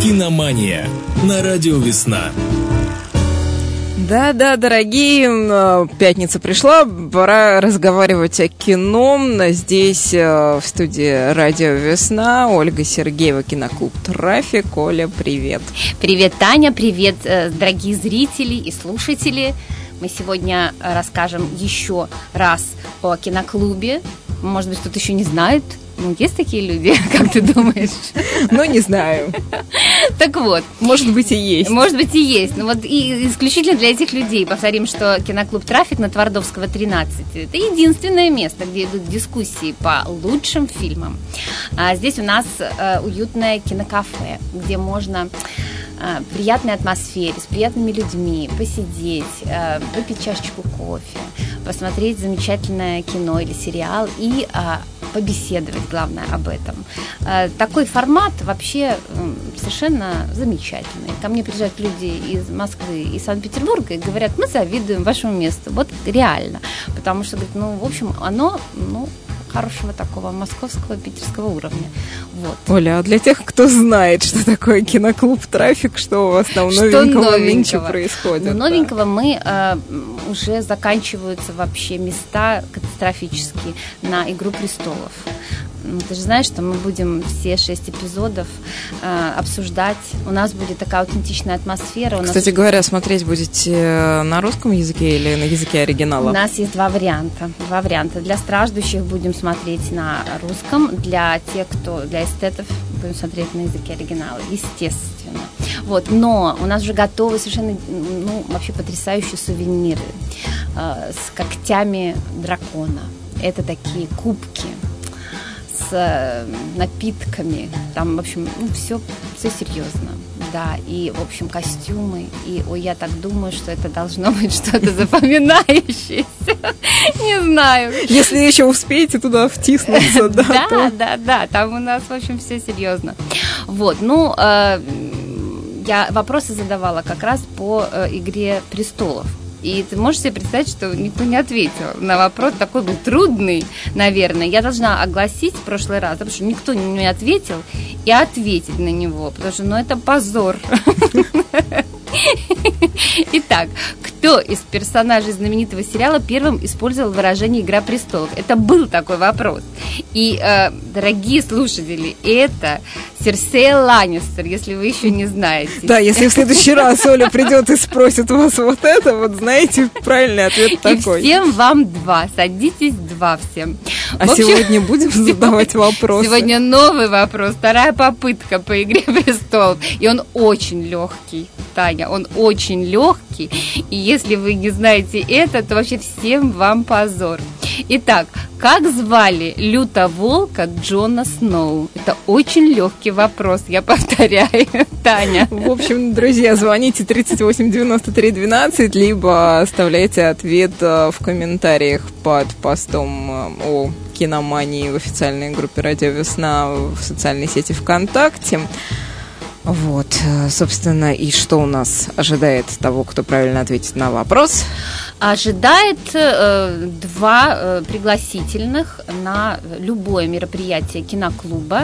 Киномания на радио «Весна». Да, дорогие, пятница пришла, пора разговаривать о кино. Здесь в студии радио «Весна» Ольга Сергеева, киноклуб «Трафик». Оля, привет. Привет, Таня, привет, дорогие зрители и слушатели. Мы сегодня расскажем еще раз о киноклубе. Может быть, кто-то еще не знает. Ну, есть такие люди, как ты думаешь? Ну, не знаю. Так вот. Может быть, и есть. Может быть, и есть. Ну, вот и исключительно для этих людей повторим, что киноклуб «Трафик» на Твардовского, 13. Это единственное место, где идут дискуссии по лучшим фильмам. Здесь у нас уютное кинокафе, где можно в приятной атмосфере, с приятными людьми посидеть, выпить чашечку кофе, посмотреть замечательное кино или сериал и побеседовать, главное, об этом. Такой формат вообще совершенно замечательный. Ко мне приезжают люди из Москвы и Санкт-Петербурга и говорят: мы завидуем вашему месту. Вот реально. Потому что, говорят, в общем, оно, хорошего такого московского, питерского уровня. Вот. Оля, а для тех, кто знает, что такое киноклуб «Трафик», что у вас там новенького нынче происходит? Новенького мы уже заканчиваются вообще места катастрофические на «Игру престолов». Ты же знаешь, что мы будем все 6 эпизодов обсуждать. У нас будет такая аутентичная атмосфера. Кстати говоря, смотреть будете на русском языке или на языке оригинала? У нас есть два варианта. Для страждущих будем смотреть на русском, для эстетов будем смотреть на языке оригинала, естественно. Вот. Но у нас уже готовы совершенно вообще потрясающие сувениры с когтями дракона. Это такие кубки с напитками, там, в общем, все серьезно, да, и, в общем, костюмы, и, я так думаю, что это должно быть что-то запоминающееся, не знаю. Если еще успеете туда втиснуться, да. Да, там у нас, в общем, все серьезно. Вот, я вопросы задавала как раз по «Игре престолов». И ты можешь себе представить, что никто не ответил на вопрос, такой был трудный, наверное. Я должна огласить в прошлый раз, потому что никто не ответил, и ответить на него, потому что, это позор. Итак, кто из персонажей знаменитого сериала первым использовал выражение «Игра престолов»? Это был такой вопрос. И, дорогие слушатели, это Серсея Ланнистер, если вы еще не знаете. Да, если в следующий раз Оля придет и спросит вас вот это, знаете, правильный ответ такой. И всем вам 2, садитесь 2 всем. Сегодня будем задавать вопросы. Сегодня новый вопрос, вторая попытка по «Игре престолов». И он очень легкий, Таня, он очень легкий. И если вы не знаете это, то вообще всем вам позор. Итак, как звали лютоволка Джона Сноу? Это очень легкий вопрос, я повторяю, Таня. В общем, друзья, звоните 38 93 12, либо оставляйте ответ в комментариях под постом о киномании в официальной группе «Радио Весна» в социальной сети ВКонтакте. Вот, собственно, и что у нас ожидает того, кто правильно ответит на вопрос? Ожидает 2 пригласительных на любое мероприятие киноклуба.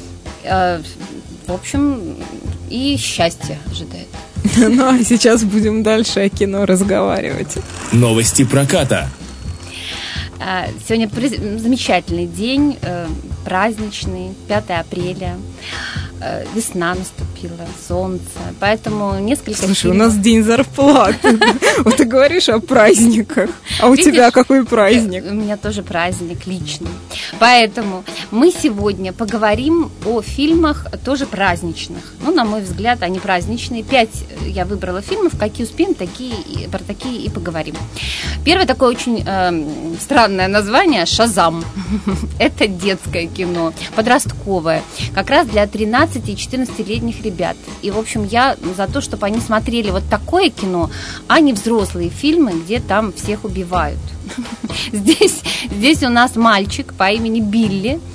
В общем, и счастье ожидает. А сейчас будем дальше о кино разговаривать. Новости проката. Сегодня замечательный день, праздничный, 5 апреля. Весна наступила, солнце, поэтому несколько Слушай, фильмов. У нас день зарплаты. Вот ты говоришь о праздниках. А у тебя какой праздник? У меня тоже праздник личный. Поэтому мы сегодня поговорим о фильмах тоже праздничных. На мой взгляд, они праздничные. 5 я выбрала фильмов, какие успеем, про такие и поговорим. Первое такое очень странное название — «Шазам». Это детское кино, подростковое, как раз для 13 и 14-летних ребят. И, в общем, я за то, чтобы они смотрели вот такое кино, а не взрослые фильмы, где там всех убивают. Здесь у нас мальчик по имени Билли,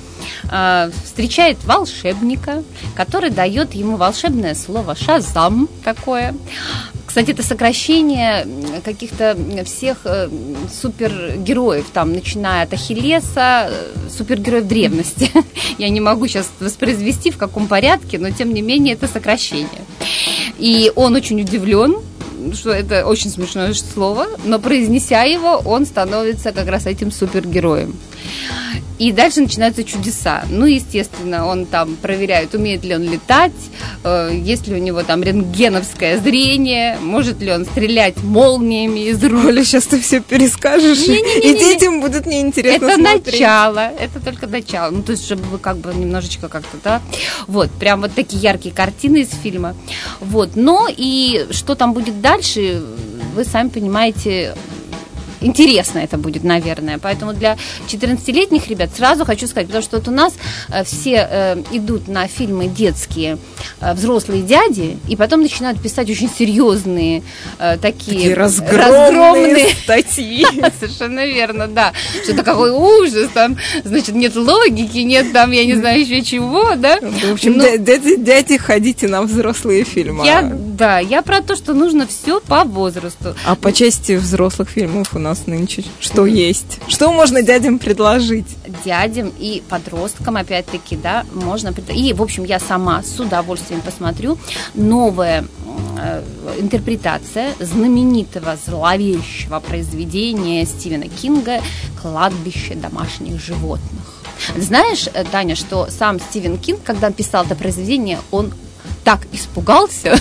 встречает волшебника, который дает ему волшебное слово «Шазам» такое. Кстати, это сокращение каких-то всех супергероев, там, начиная от Ахиллеса, супергероев древности. Я не могу сейчас воспроизвести, в каком порядке, но, тем не менее, это сокращение. И он очень удивлен, что это очень смешное слово, но, произнеся его, он становится как раз этим супергероем. И дальше начинаются чудеса. Ну, естественно, он там проверяет, умеет ли он летать, есть ли у него там рентгеновское зрение, может ли он стрелять молниями из рук. Оля, сейчас ты все перескажешь, и детям будет неинтересно это смотреть. Это только начало. Ну, то есть, чтобы вы как бы немножечко как-то, да, вот, прям вот такие яркие картины из фильма. Вот, но и что там будет дальше, вы сами понимаете. Интересно это будет, наверное. Поэтому для 14-летних ребят сразу хочу сказать, потому что вот у нас все идут на фильмы детские взрослые дяди, и потом начинают писать очень серьезные такие разгромные статьи. Совершенно верно, да. Что-то какой ужас, там, значит, нет логики, нет там, я не знаю, еще чего, да. В общем, дяди, ходите на взрослые фильмы. Я про то, что нужно все по возрасту. А по части взрослых фильмов у нас нынче что есть? Что можно дядям предложить? Дядям и подросткам, опять-таки, да, можно. И, в общем, я сама с удовольствием посмотрю. Новая интерпретация знаменитого зловещего произведения Стивена Кинга «Кладбище домашних животных». Знаешь, Таня, что сам Стивен Кинг, когда писал это произведение, он так испугался,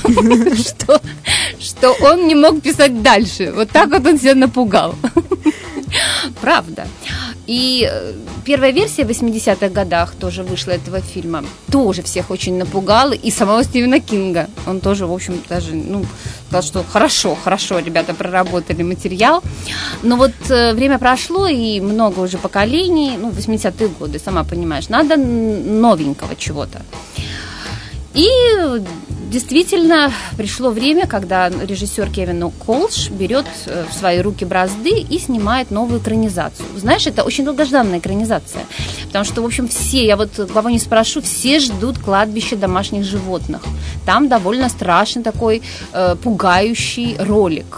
что он не мог писать дальше. Вот так вот он себя напугал. Правда. И первая версия в 80-х годах тоже вышла этого фильма. Тоже всех очень напугала. И самого Стивена Кинга. Он тоже, в общем, даже, сказал, что хорошо, ребята проработали материал. Но вот время прошло, и много уже поколений, 80-е годы, сама понимаешь, надо новенького чего-то. И действительно пришло время, когда режиссер Кевин Колш берет в свои руки бразды и снимает новую экранизацию. Знаешь, это очень долгожданная экранизация, потому что, в общем, все, я вот кого не спрошу, все ждут «Кладбище домашних животных». Там довольно страшный такой пугающий ролик.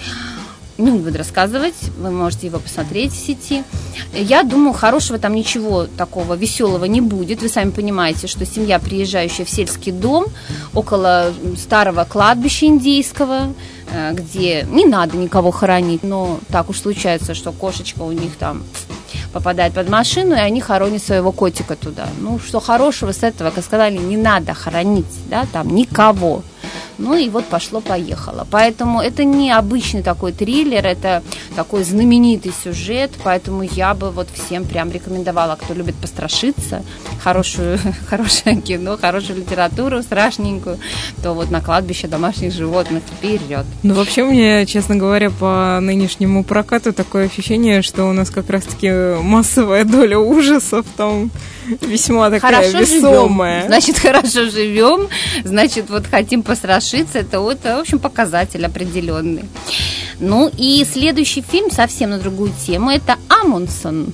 Не буду рассказывать, вы можете его посмотреть в сети. Я думаю, хорошего там ничего такого веселого не будет. Вы сами понимаете, что семья, приезжающая в сельский дом около старого кладбища индейского, где не надо никого хоронить, но так уж случается, что кошечка у них там попадает под машину, и они хоронят своего котика туда. Ну, что хорошего с этого, как сказали, не надо хоронить, да, там никого. Ну и вот пошло-поехало. Поэтому это не обычный такой триллер, это такой знаменитый сюжет, поэтому я бы вот всем прям рекомендовала, кто любит пострашиться, хорошее кино, хорошую литературу страшненькую, то вот на «Кладбище домашних животных» вперед. Ну, вообще, мне, честно говоря, по нынешнему прокату такое ощущение, что у нас как раз-таки массовая доля ужасов там весьма такая хорошо весомая. Живем. Значит, хорошо живем, значит, вот хотим пострашиться, это вот, в общем, показатель определенный. Ну и следующий фильм совсем на другую тему, это «Амундсен».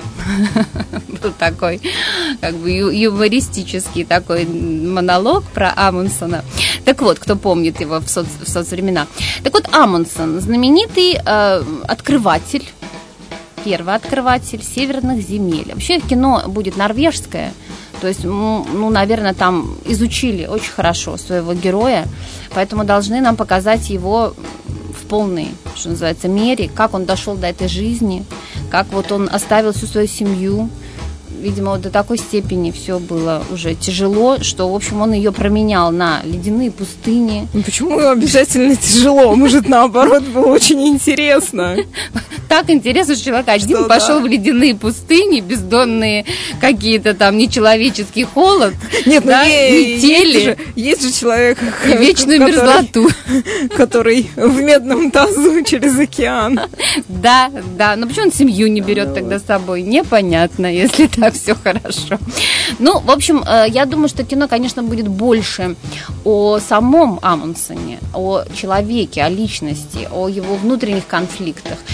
Был такой, как бы, юмористический такой монолог про Амундсена. Так вот, кто помнит его в соцвремена. Так вот, Амундсен, знаменитый открыватель, первый открыватель северных земель. Вообще кино будет норвежское, то есть, наверное, там изучили очень хорошо своего героя, поэтому должны нам показать его в полной, что называется, мере, как он дошел до этой жизни, как вот он оставил всю свою семью. Видимо, вот до такой степени все было уже тяжело, что, в общем, он ее променял на ледяные пустыни. Почему обязательно тяжело? Может, наоборот, было очень интересно. Так интересно, что человек один пошел в ледяные пустыни, бездонные какие-то там, нечеловеческий холод, нет, да, метели. Есть же человек, и вечную мерзлоту, который в медном тазу через океан. Да, но почему он семью не берет тогда с собой? Непонятно, если так все хорошо. Ну, в общем, я думаю, что кино, конечно, будет больше о самом Амундсене, о человеке, о личности, о его внутренних конфликтах, нежели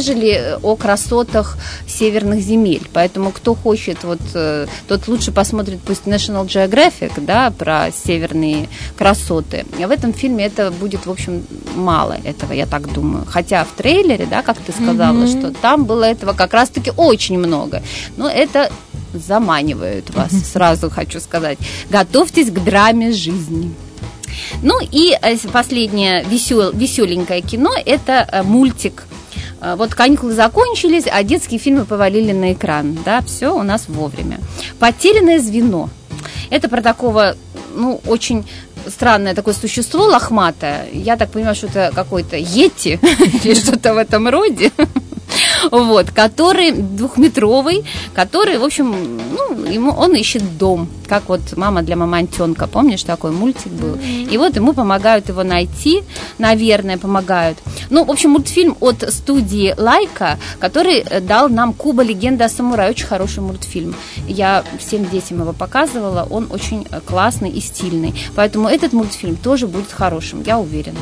нежели о красотах северных земель. Поэтому кто хочет, тот лучше посмотрит пусть National Geographic, да, про северные красоты. А в этом фильме это будет, в общем, мало этого, я так думаю. Хотя в трейлере, да, как ты сказала, что там было этого как раз-таки очень много. Но это заманивает вас, сразу хочу сказать. Готовьтесь к драме жизни. Ну и последнее веселенькое кино – это мультик. Вот каникулы закончились, а детские фильмы повалили на экран. Да, все у нас вовремя. «Потерянное звено». Это про такого, очень странное такое существо лохматое. Я так понимаю, что это какой-то йети или что-то в этом роде. Вот, который двухметровый, который, в общем, он ищет дом, как вот «Мама для мамонтенка», помнишь, такой мультик был? И вот ему помогают его найти, наверное, помогают. В общем, мультфильм от студии Лайка, который дал нам «Куба. Легенда о самурае». Очень хороший мультфильм. Я всем детям его показывала, он очень классный и стильный. Поэтому этот мультфильм тоже будет хорошим, я уверена.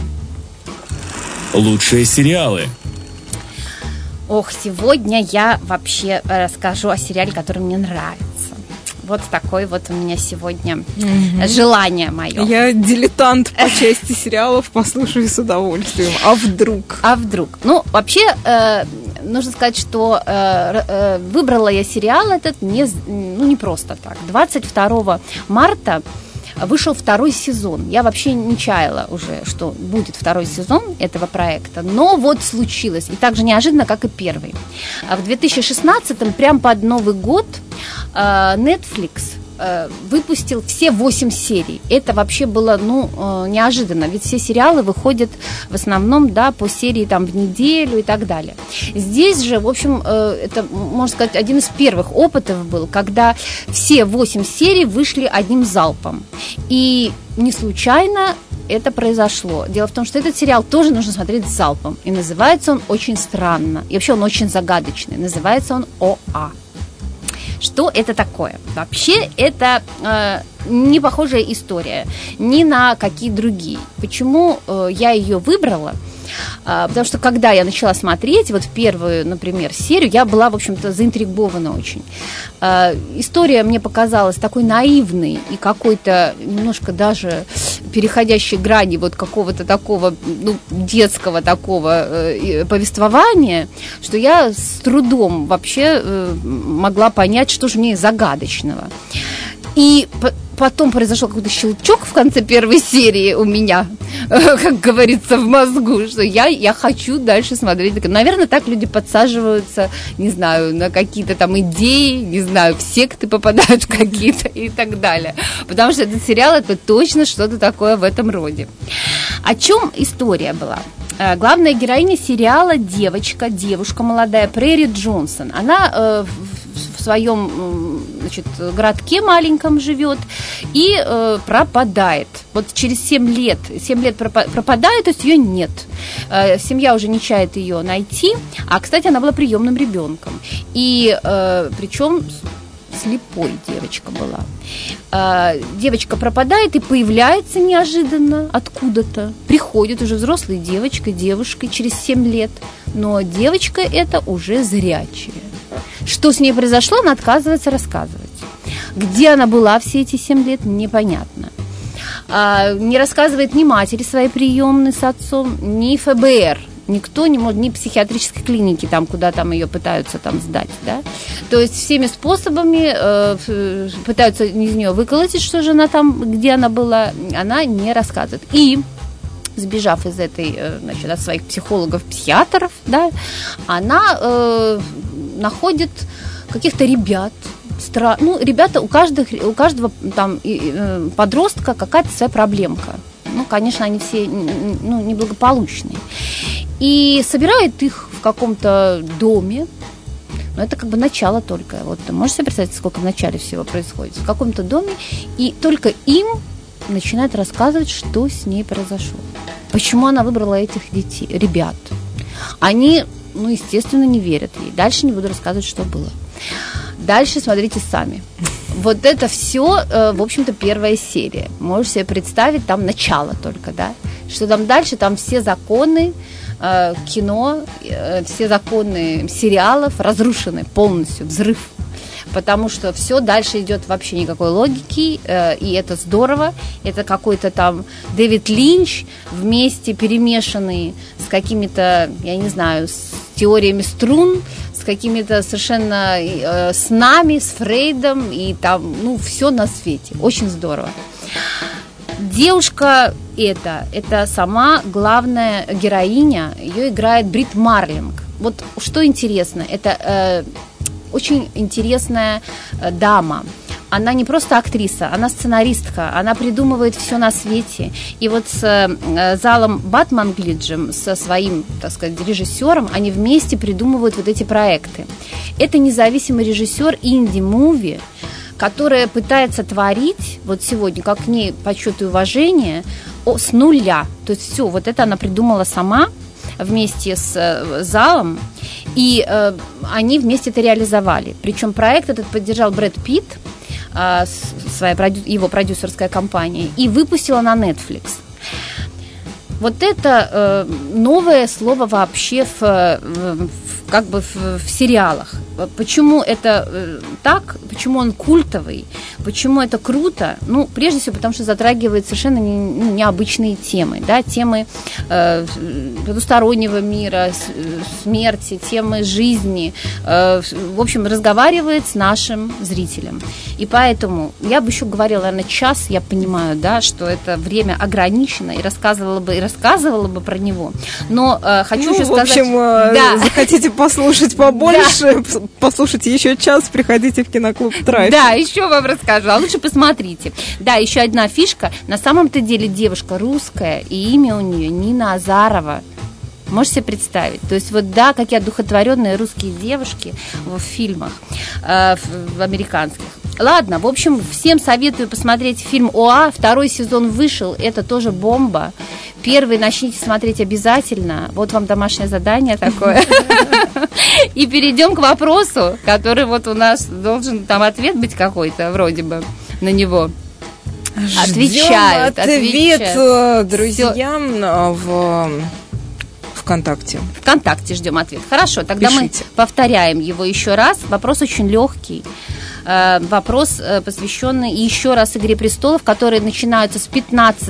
Лучшие сериалы. Ох, сегодня я вообще расскажу о сериале, который мне нравится. Вот такое вот у меня сегодня желание мое. Я дилетант по части сериалов, послушаю с удовольствием. А вдруг? Вообще, нужно сказать, что выбрала я сериал этот не просто так. 22 марта вышел второй сезон. Я вообще не чаяла уже, что будет второй сезон этого проекта, но вот случилось. И так же неожиданно, как и первый. В 2016-м, прям под Новый год, Netflix выпустил все 8 серий. Это вообще было, неожиданно, ведь все сериалы выходят в основном, да, по серии там в неделю и так далее. Здесь же, в общем, это, можно сказать, один из первых опытов был, когда все 8 серий вышли одним залпом. И не случайно это произошло. Дело в том, что этот сериал тоже нужно смотреть залпом. И называется он очень странно. И вообще он очень загадочный. Называется он ОА. Что это такое? Вообще это не похожая история ни на какие другие. Почему я ее выбрала? Потому что когда я начала смотреть вот первую, например, серию, я была, в общем-то, заинтригована очень. История мне показалась такой наивной и какой-то немножко даже переходящей грани вот какого-то такого, детского такого повествования, что я с трудом вообще могла понять, что же в ней загадочного. И потом произошел какой-то щелчок в конце первой серии у меня, как говорится, в мозгу, что я хочу дальше смотреть. Наверное, так люди подсаживаются, не знаю, на какие-то там идеи, не знаю, в секты попадают какие-то и так далее. Потому что этот сериал, это точно что-то такое в этом роде. О чем история была? Главная героиня сериала девушка молодая, Прери Джонсон. Она в своем, городке маленьком живет и пропадает. Вот через 7 лет пропадает, то есть ее нет. Семья уже не чает ее найти. А, кстати, она была приемным ребенком. И причем слепой девочка была. Девочка пропадает и появляется неожиданно откуда-то. Приходит уже взрослой девушкой через 7 лет. Но девочка эта уже зрячая. Что с ней произошло, она отказывается рассказывать. Где она была все эти 7 лет, непонятно. Не рассказывает ни матери своей приемной с отцом, ни ФБР. Никто не может, ни психиатрической клиники, там, куда там ее пытаются там сдать. Да? То есть всеми способами пытаются из нее выколотить, что же она там, где она была, она не рассказывает. И сбежав из этой, от своих психологов-психиатров, да, она находит каких-то ребят. Ребята, у каждого там подростка какая-то своя проблемка. Конечно, они все неблагополучные. И собирает их в каком-то доме. Но это как бы начало только. Вот ты можешь себе представить, сколько в начале всего происходит? В каком-то доме. И только им начинает рассказывать, что с ней произошло. Почему она выбрала этих ребят. Они, естественно, не верят ей. Дальше не буду рассказывать, что было. Дальше смотрите сами. Вот это все, в общем-то, первая серия. Можешь себе представить, там начало только, да? Что там дальше, там все законы, кино, все законы сериалов разрушены полностью, взрыв. Потому что все дальше идет вообще никакой логики, и это здорово. Это какой-то там Дэвид Линч вместе перемешанный с какими-то, я не знаю, с теориями струн, с какими-то совершенно снами, с Фрейдом, и там, ну, все на свете. Очень здорово. Девушка это сама главная героиня, ее играет Брит Марлинг. Вот что интересно, это очень интересная дама. Она не просто актриса, она сценаристка, она придумывает все на свете. И вот с Залом Батманглиджем, со своим, так сказать, режиссером, они вместе придумывают вот эти проекты. Это независимый режиссер инди-муви, которая пытается творить, вот сегодня, как к ней почет и уважение, с нуля. То есть все, вот это она придумала сама вместе с Залом, и они вместе это реализовали. Причем проект этот поддержал Брэд Питт, его продюсерская компания, и выпустила на Netflix. Вот это новое слово вообще в сериалах. Почему это так? Почему он культовый? Почему это круто? Ну, прежде всего, потому что затрагивает совершенно необычные темы, да, темы потустороннего мира, смерти, темы жизни. В общем, разговаривает с нашим зрителем. И поэтому я бы еще говорила, наверное, час, я понимаю, да, что это время ограничено, и рассказывала бы про него. Но хочу еще сказать... В общем, захотите послушать побольше, послушайте еще час, приходите в киноклуб «Трафик». Да, еще вам расскажу, а лучше посмотрите. Да, еще одна фишка. На самом-то деле девушка русская, и имя у нее Нина Азарова. Можете себе представить? То есть вот да, какие одухотворенные русские девушки в фильмах, в американских. Ладно, в общем, всем советую посмотреть фильм «ОА». 2 сезон вышел, это тоже бомба. 1 начните смотреть обязательно. Вот вам домашнее задание такое. И перейдем к вопросу, который вот у нас должен там ответ быть какой-то, вроде бы, на него. Отвечают. Ответ друзьям в ВКонтакте. ВКонтакте ждем ответ. Хорошо, тогда пишите. Мы повторяем его еще раз. Вопрос очень легкий. Вопрос, посвященный еще раз «Игре престолов», которые начинаются с 15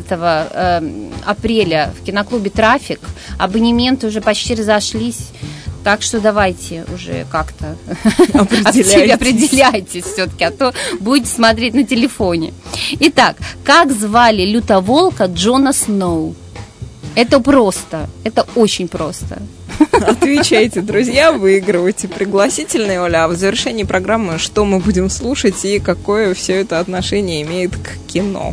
апреля в киноклубе «Трафик». Абонементы уже почти разошлись. Так что давайте уже как-то определяйтесь все-таки, а то будете смотреть на телефоне. Итак, как звали лютоволка Джона Сноу? Это просто, это очень просто. Отвечайте, друзья, выигрывайте пригласительные, Оля. А в завершении программы что мы будем слушать и какое все это отношение имеет к кино?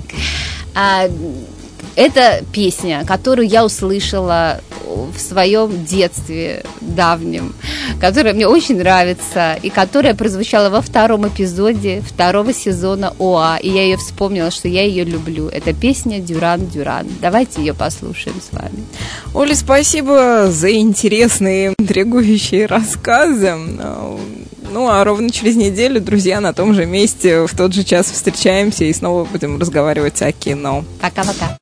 Это песня, которую я услышала в своем детстве давнем, которая мне очень нравится и которая прозвучала во 2 эпизоде 2 сезона ОА. И я ее вспомнила, что я ее люблю. Это песня «Дюран Дюран». Давайте ее послушаем с вами. Оля, спасибо за интересные, интригующие рассказы. Ну, а ровно через неделю, друзья, на том же месте в тот же час встречаемся и снова будем разговаривать о кино. Пока-пока.